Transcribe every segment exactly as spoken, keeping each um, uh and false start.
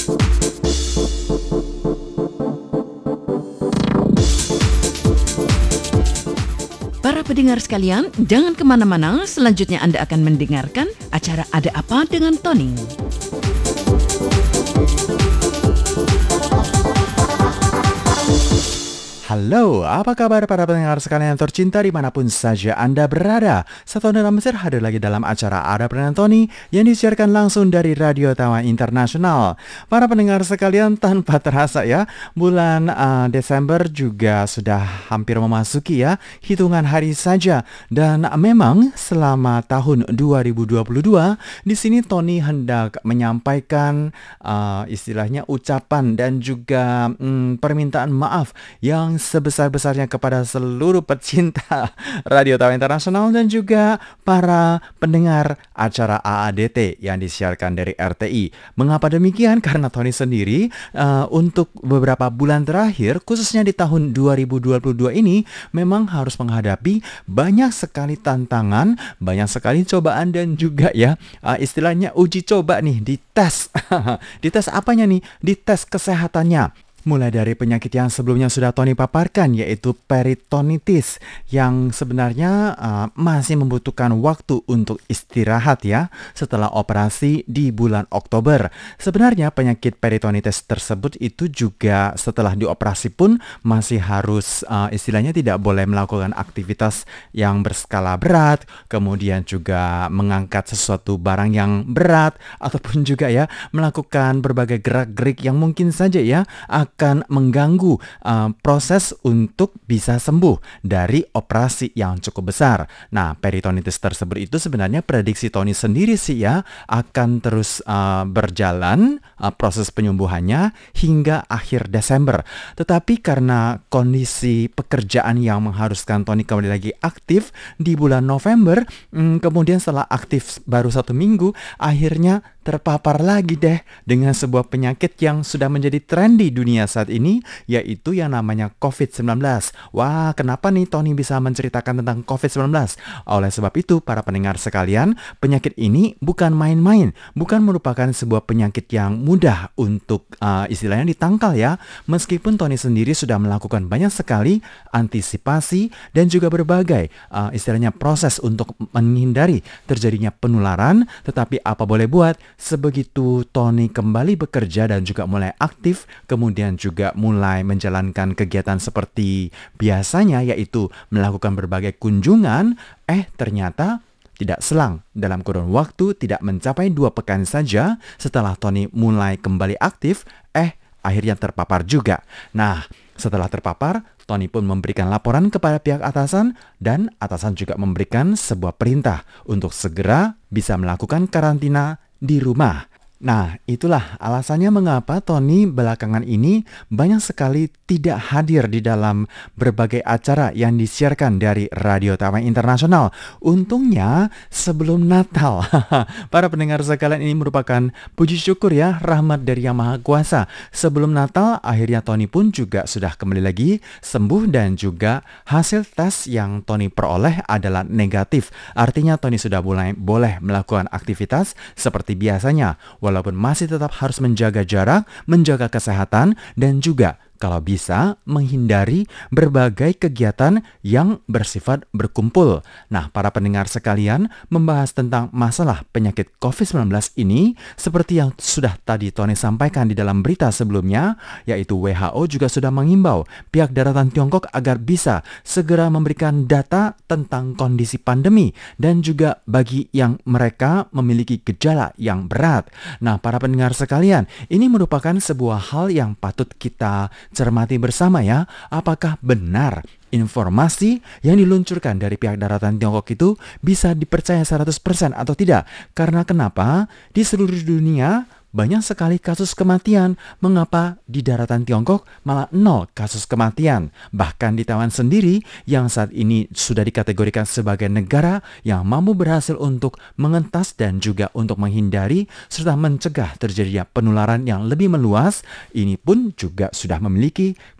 Para pendengar sekalian, jangan kemana-mana, selanjutnya Anda akan mendengarkan acara Ada Apa dengan Tony. Halo, apa kabar para pendengar sekalian yang tercinta dimanapun saja Anda berada? Satu dalam Mesir hadir lagi dalam acara Ada Apa dengan Tony yang disiarkan langsung dari Radio Taiwan Internasional. Para pendengar sekalian, tanpa terasa ya, bulan uh, Desember juga sudah hampir memasuki ya, hitungan hari saja. Dan memang selama tahun dua ribu dua puluh dua, di sini Tony hendak menyampaikan uh, istilahnya ucapan dan juga um, permintaan maaf yang sebesar-besarnya kepada seluruh pecinta Radio Taiwan Internasional dan juga para pendengar acara A A D T yang disiarkan dari R T I. Mengapa demikian? Karena Tony sendiri uh, untuk beberapa bulan terakhir, khususnya di tahun dua ribu dua puluh dua ini, memang harus menghadapi banyak sekali tantangan, banyak sekali cobaan dan juga ya uh, istilahnya uji coba nih, dites. Dites apanya nih? Dites kesehatannya. Mulai dari penyakit yang sebelumnya sudah Tony paparkan, yaitu peritonitis, yang sebenarnya uh, masih membutuhkan waktu untuk istirahat ya setelah operasi di bulan Oktober. Sebenarnya penyakit peritonitis tersebut itu juga setelah dioperasi pun masih harus uh, istilahnya tidak boleh melakukan aktivitas yang berskala berat, kemudian juga mengangkat sesuatu barang yang berat, ataupun juga ya melakukan berbagai gerak-gerik yang mungkin saja ya akan mengganggu uh, proses untuk bisa sembuh dari operasi yang cukup besar. Nah, peritonitis tersebut itu sebenarnya prediksi Tony sendiri sih ya akan terus uh, berjalan uh, proses penyembuhannya hingga akhir Desember. Tetapi karena kondisi pekerjaan yang mengharuskan Tony kembali lagi aktif di bulan November, hmm, kemudian setelah aktif baru satu minggu, akhirnya terpapar lagi deh dengan sebuah penyakit yang sudah menjadi tren di dunia saat ini, yaitu yang namanya covid sembilan belas. Wah, kenapa nih Tony bisa menceritakan tentang covid sembilan belas? Oleh sebab itu, para pendengar sekalian, penyakit ini bukan main-main, bukan merupakan sebuah penyakit yang mudah untuk uh, istilahnya ditangkal ya. Meskipun Tony sendiri sudah melakukan banyak sekali antisipasi dan juga berbagai uh, istilahnya proses untuk menghindari terjadinya penularan, tetapi apa boleh buat, sebegitu Tony kembali bekerja dan juga mulai aktif, kemudian juga mulai menjalankan kegiatan seperti biasanya, yaitu melakukan berbagai kunjungan, eh ternyata tidak selang dalam kurun waktu tidak mencapai dua pekan saja setelah Tony mulai kembali aktif, eh akhirnya terpapar juga. Nah, setelah terpapar, Tony pun memberikan laporan kepada pihak atasan dan atasan juga memberikan sebuah perintah untuk segera bisa melakukan karantina di rumah. Nah, itulah alasannya mengapa Tony belakangan ini banyak sekali tidak hadir di dalam berbagai acara yang disiarkan dari Radio Taiwan Internasional. Untungnya sebelum Natal, para pendengar sekalian, ini merupakan puji syukur ya, rahmat dari Yang Maha Kuasa. Sebelum Natal, akhirnya Tony pun juga sudah kembali lagi sembuh dan juga hasil tes yang Tony peroleh adalah negatif. Artinya Tony sudah mulai boleh melakukan aktivitas seperti biasanya, walaupun masih tetap harus menjaga jarak, menjaga kesehatan, dan juga kalau bisa menghindari berbagai kegiatan yang bersifat berkumpul. Nah, para pendengar sekalian, membahas tentang masalah penyakit covid sembilan belas ini, seperti yang sudah tadi Tony sampaikan di dalam berita sebelumnya, yaitu W H O juga sudah mengimbau pihak daratan Tiongkok agar bisa segera memberikan data tentang kondisi pandemi dan juga bagi yang mereka memiliki gejala yang berat. Nah, para pendengar sekalian, ini merupakan sebuah hal yang patut kita cermati bersama ya. Apakah benar informasi yang diluncurkan dari pihak daratan Tiongkok itu bisa dipercaya seratus persen atau tidak? Karena kenapa? Di seluruh dunia banyak sekali kasus kematian. Mengapa di daratan Tiongkok malah nol kasus kematian? Bahkan di Taiwan sendiri yang saat ini sudah dikategorikan sebagai negara yang mampu berhasil untuk mengentas dan juga untuk menghindari serta mencegah terjadinya penularan yang lebih meluas, ini pun juga sudah memiliki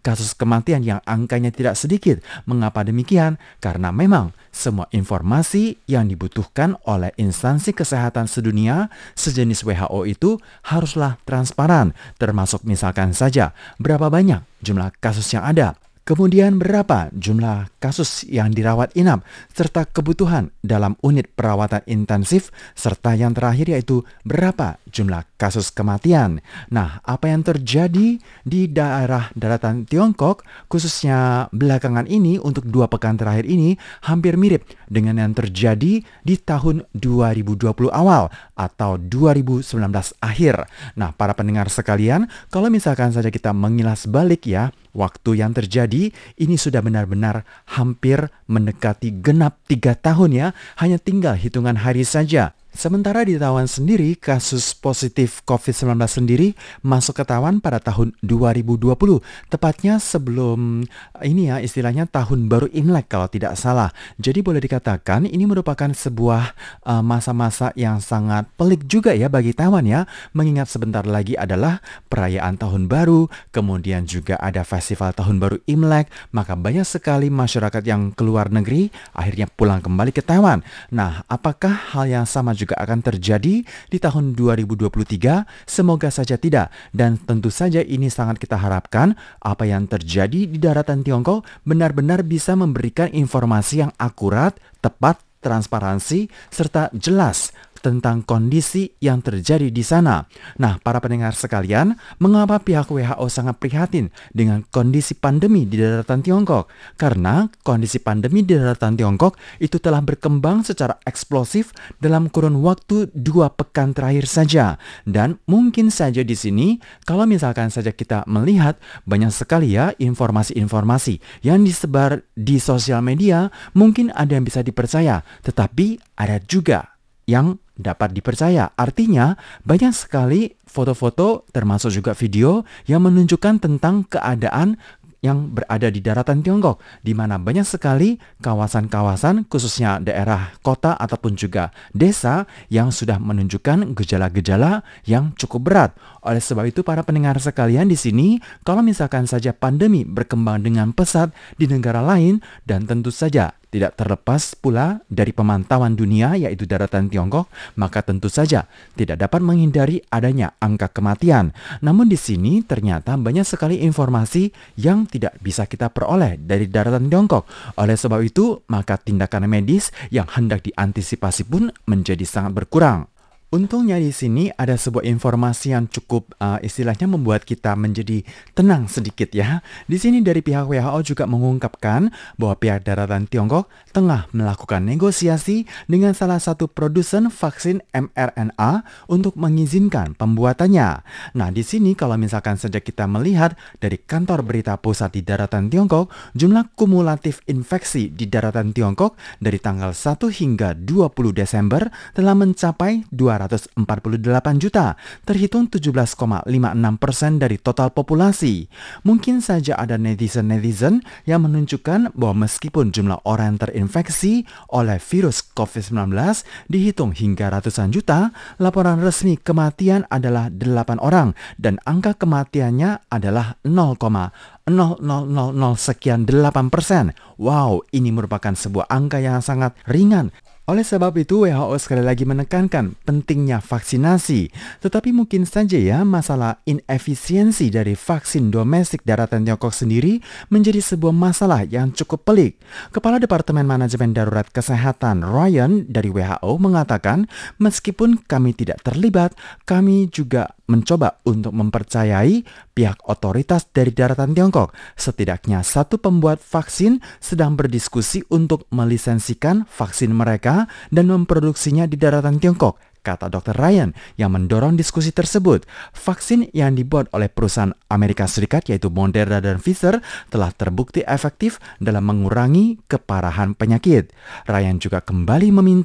kasus kematian yang angkanya tidak sedikit. Mengapa demikian? Karena memang semua informasi yang dibutuhkan oleh instansi kesehatan sedunia sejenis W H O itu haruslah transparan, termasuk misalkan saja berapa banyak jumlah kasus yang ada, kemudian berapa jumlah kasus yang dirawat inap, serta kebutuhan dalam unit perawatan intensif, serta yang terakhir yaitu berapa jumlah kasus kematian. Nah, apa yang terjadi di daerah daratan Tiongkok, khususnya belakangan ini untuk dua pekan terakhir ini, hampir mirip dengan yang terjadi di tahun dua ribu dua puluh awal atau dua ribu sembilan belas akhir. Nah, para pendengar sekalian, kalau misalkan saja kita mengilas balik ya, waktu yang terjadi ini sudah benar-benar hampir mendekati genap tiga tahun ya, hanya tinggal hitungan hari saja. Sementara di Taiwan sendiri, kasus positif covid sembilan belas sendiri masuk ke Taiwan pada tahun dua ribu dua puluh. Tepatnya sebelum ini ya, istilahnya tahun baru Imlek kalau tidak salah. Jadi boleh dikatakan ini merupakan sebuah uh, masa-masa yang sangat pelik juga ya bagi Taiwan ya. Mengingat sebentar lagi adalah perayaan tahun baru, kemudian juga ada festival tahun baru Imlek. Maka banyak sekali masyarakat yang keluar negeri akhirnya pulang kembali ke Taiwan. Nah, apakah hal yang sama juga juga akan terjadi di tahun dua ribu dua puluh tiga? Semoga saja tidak. Dan tentu saja ini sangat kita harapkan apa yang terjadi di daratan Tiongkok benar-benar bisa memberikan informasi yang akurat, tepat, transparansi, serta jelas tentang kondisi yang terjadi di sana. Nah, para pendengar sekalian, mengapa pihak W H O sangat prihatin dengan kondisi pandemi di daratan Tiongkok? Karena kondisi pandemi di daratan Tiongkok itu telah berkembang secara eksplosif dalam kurun waktu dua pekan terakhir saja. Dan mungkin saja di sini, kalau misalkan saja kita melihat banyak sekali ya informasi-informasi yang disebar di sosial media, mungkin ada yang bisa dipercaya, tetapi ada juga yang dapat dipercaya. Artinya, banyak sekali foto-foto termasuk juga video yang menunjukkan tentang keadaan yang berada di daratan Tiongkok, di mana banyak sekali kawasan-kawasan, khususnya daerah kota ataupun juga desa yang sudah menunjukkan gejala-gejala yang cukup berat. Oleh sebab itu, para pendengar sekalian di sini, kalau misalkan saja pandemi berkembang dengan pesat di negara lain, dan tentu saja tidak terlepas pula dari pemantauan dunia yaitu daratan Tiongkok, maka tentu saja tidak dapat menghindari adanya angka kematian. Namun di sini ternyata banyak sekali informasi yang tidak bisa kita peroleh dari daratan Tiongkok. Oleh sebab itu, maka tindakan medis yang hendak diantisipasi pun menjadi sangat berkurang. Untungnya di sini ada sebuah informasi yang cukup uh, istilahnya membuat kita menjadi tenang sedikit ya. Di sini dari pihak W H O juga mengungkapkan bahwa pihak daratan Tiongkok tengah melakukan negosiasi dengan salah satu produsen vaksin M R N A untuk mengizinkan pembuatannya. Nah, di sini kalau misalkan saja kita melihat dari kantor berita pusat di daratan Tiongkok, jumlah kumulatif infeksi di daratan Tiongkok dari tanggal satu hingga dua puluh Desember telah mencapai dua ratus empat puluh delapan juta, terhitung tujuh belas koma lima enam persen dari total populasi. Mungkin saja ada netizen-netizen yang menunjukkan bahwa meskipun jumlah orang yang terinfeksi oleh virus covid sembilan belas dihitung hingga ratusan juta, laporan resmi kematian adalah delapan orang dan angka kematiannya adalah nol koma nol nol nol nol sekian delapan persen. Wow, ini merupakan sebuah angka yang sangat ringan. Oleh sebab itu, W H O sekali lagi menekankan pentingnya vaksinasi. Tetapi mungkin saja ya masalah inefisiensi dari vaksin domestik daratan Tiongkok sendiri menjadi sebuah masalah yang cukup pelik. Kepala Departemen Manajemen Darurat Kesehatan Ryan dari W H O mengatakan, meskipun kami tidak terlibat, kami juga mencoba untuk mempercayai pihak otoritas dari daratan Tiongkok. Setidaknya satu pembuat vaksin sedang berdiskusi untuk melisensikan vaksin mereka dan memproduksinya di daratan Tiongkok, kata dokter Ryan yang mendorong diskusi tersebut. Vaksin yang dibuat oleh perusahaan Amerika Serikat yaitu Moderna dan Pfizer telah terbukti efektif dalam mengurangi keparahan penyakit. Ryan juga kembali meminta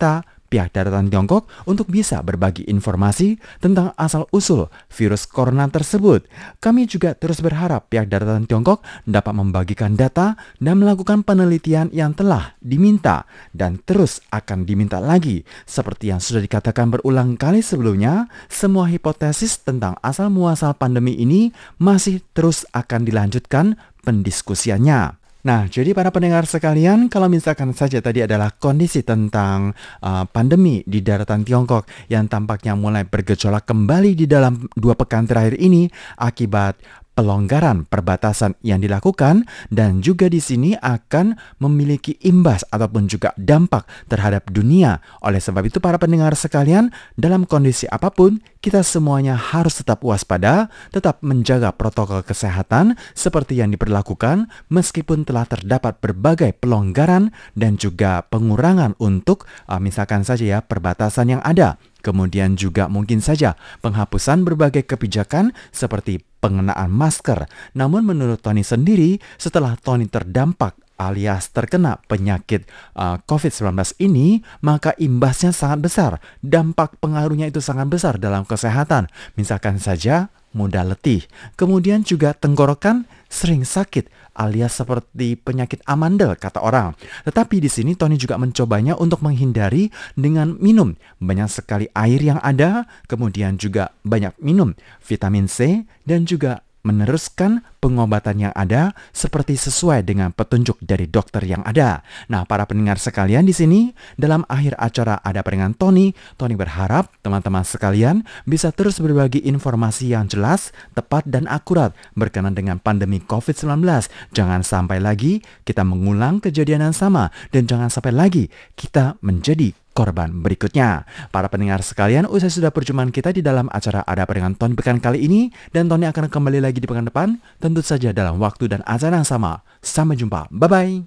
pihak daratan Tiongkok untuk bisa berbagi informasi tentang asal-usul virus corona tersebut. Kami juga terus berharap pihak daratan Tiongkok dapat membagikan data dan melakukan penelitian yang telah diminta dan terus akan diminta lagi. Seperti yang sudah dikatakan berulang kali sebelumnya, semua hipotesis tentang asal-muasal pandemi ini masih terus akan dilanjutkan pendiskusiannya. Nah, jadi para pendengar sekalian, kalau misalkan saja tadi adalah kondisi tentang uh, pandemi di daratan Tiongkok yang tampaknya mulai bergejolak kembali di dalam dua pekan terakhir ini akibat pelonggaran perbatasan yang dilakukan, dan juga di sini akan memiliki imbas ataupun juga dampak terhadap dunia. Oleh sebab itu para pendengar sekalian, dalam kondisi apapun kita semuanya harus tetap waspada, tetap menjaga protokol kesehatan seperti yang diperlakukan meskipun telah terdapat berbagai pelonggaran dan juga pengurangan untuk uh, misalkan saja ya perbatasan yang ada. Kemudian juga mungkin saja penghapusan berbagai kebijakan seperti pengenaan masker. Namun menurut Tony sendiri, setelah Tony terdampak alias terkena penyakit uh, covid sembilan belas ini, maka imbasnya sangat besar. Dampak pengaruhnya itu sangat besar dalam kesehatan. Misalkan saja mudah letih, kemudian juga tenggorokan sering sakit alias seperti penyakit amandel kata orang. Tetapi di sini Tony juga mencobanya untuk menghindari dengan minum banyak sekali air yang ada, kemudian juga banyak minum vitamin C dan juga meneruskan pengobatan yang ada seperti sesuai dengan petunjuk dari dokter yang ada. Nah, para pendengar sekalian di sini, dalam akhir acara Ada Apa Dengan Tony, Tony berharap teman-teman sekalian bisa terus berbagi informasi yang jelas, tepat, dan akurat berkenaan dengan pandemi covid sembilan belas. Jangan sampai lagi kita mengulang kejadian yang sama, dan jangan sampai lagi kita menjadi korban berikutnya. Para pendengar sekalian, usai sudah perjumpaan kita di dalam acara Ada Apa Dengan Tony pekan kali ini, dan Tony akan kembali lagi di pekan depan, tentu saja dalam waktu dan acara yang sama. Sampai jumpa. Bye-bye.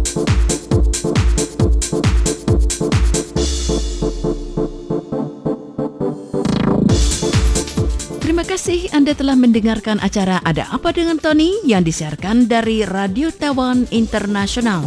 Terima kasih Anda telah mendengarkan acara Ada Apa Dengan Tony yang disiarkan dari Radio Taiwan Internasional.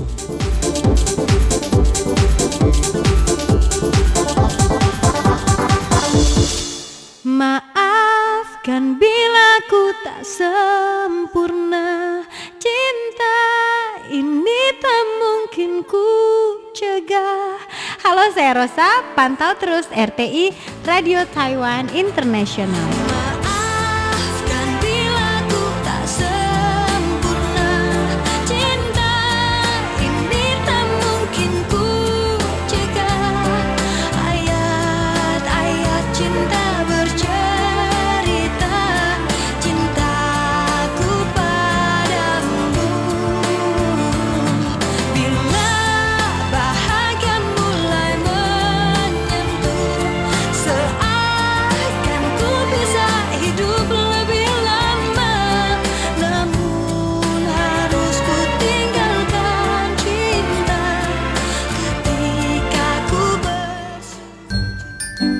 Maafkan bila ku tak sempurna, cinta ini tak mungkin ku cegah. Halo, saya Rosa, pantau terus R T I Radio Taiwan Internasional. Maafkan bila ku tak sempurna, cinta ini tak mungkin ku cegah. Ayat-ayat cinta bercerita cintaku padamu. Bila bahagia mulai menyentuh, seakan ku bisa hidup lebih lama. Namun harus ku tinggalkan cinta ketika ku bersama.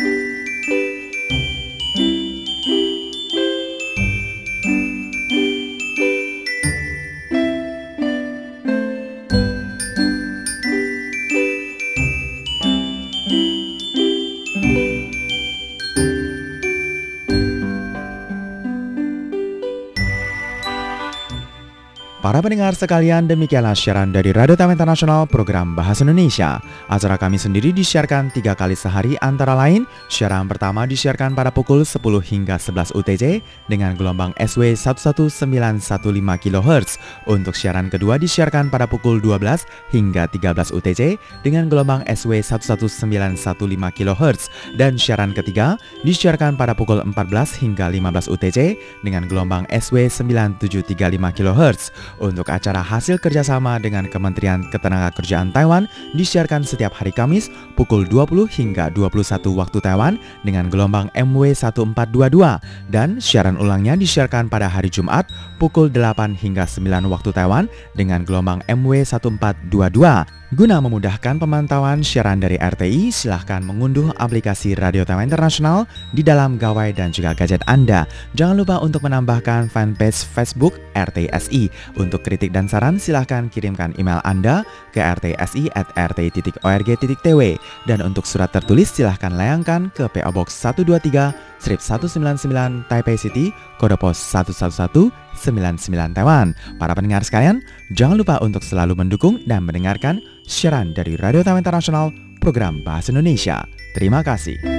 Para pendengar sekalian, demikianlah siaran dari Radio Taiwan Internasional program Bahasa Indonesia. Acara kami sendiri disiarkan tiga kali sehari, antara lain siaran pertama disiarkan pada pukul sepuluh hingga sebelas U T C dengan gelombang S W satu satu sembilan satu lima kilohertz. Untuk siaran kedua disiarkan pada pukul dua belas hingga tiga belas U T C dengan gelombang S W satu satu sembilan satu lima kilohertz. Dan siaran ketiga disiarkan pada pukul empat belas hingga lima belas U T C dengan gelombang S W sembilan tujuh tiga lima kilohertz. Untuk acara hasil kerjasama dengan Kementerian Ketenagakerjaan Taiwan disiarkan setiap hari Kamis pukul dua puluh hingga dua puluh satu waktu Taiwan dengan gelombang M W satu empat dua dua, dan siaran ulangnya disiarkan pada hari Jumat pukul delapan hingga sembilan waktu Taiwan dengan gelombang M W satu empat dua dua. Guna memudahkan pemantauan siaran dari R T I, silahkan mengunduh aplikasi Radio Taiwan Internasional di dalam gawai dan juga gadget Anda. Jangan lupa untuk menambahkan fanpage Facebook R T I S I. Untuk kritik dan saran, silahkan kirimkan email Anda ke r t s i at r t i titik org titik t w. Dan untuk surat tertulis, silahkan layangkan ke P O Box satu dua tiga, strip seratus sembilan puluh sembilan, Taipei City, kode pos satu satu satu sembilan sembilan Taiwan. Para pendengar sekalian, jangan lupa untuk selalu mendukung dan mendengarkan siaran dari Radio Taiwan Internasional, program Bahasa Indonesia. Terima kasih.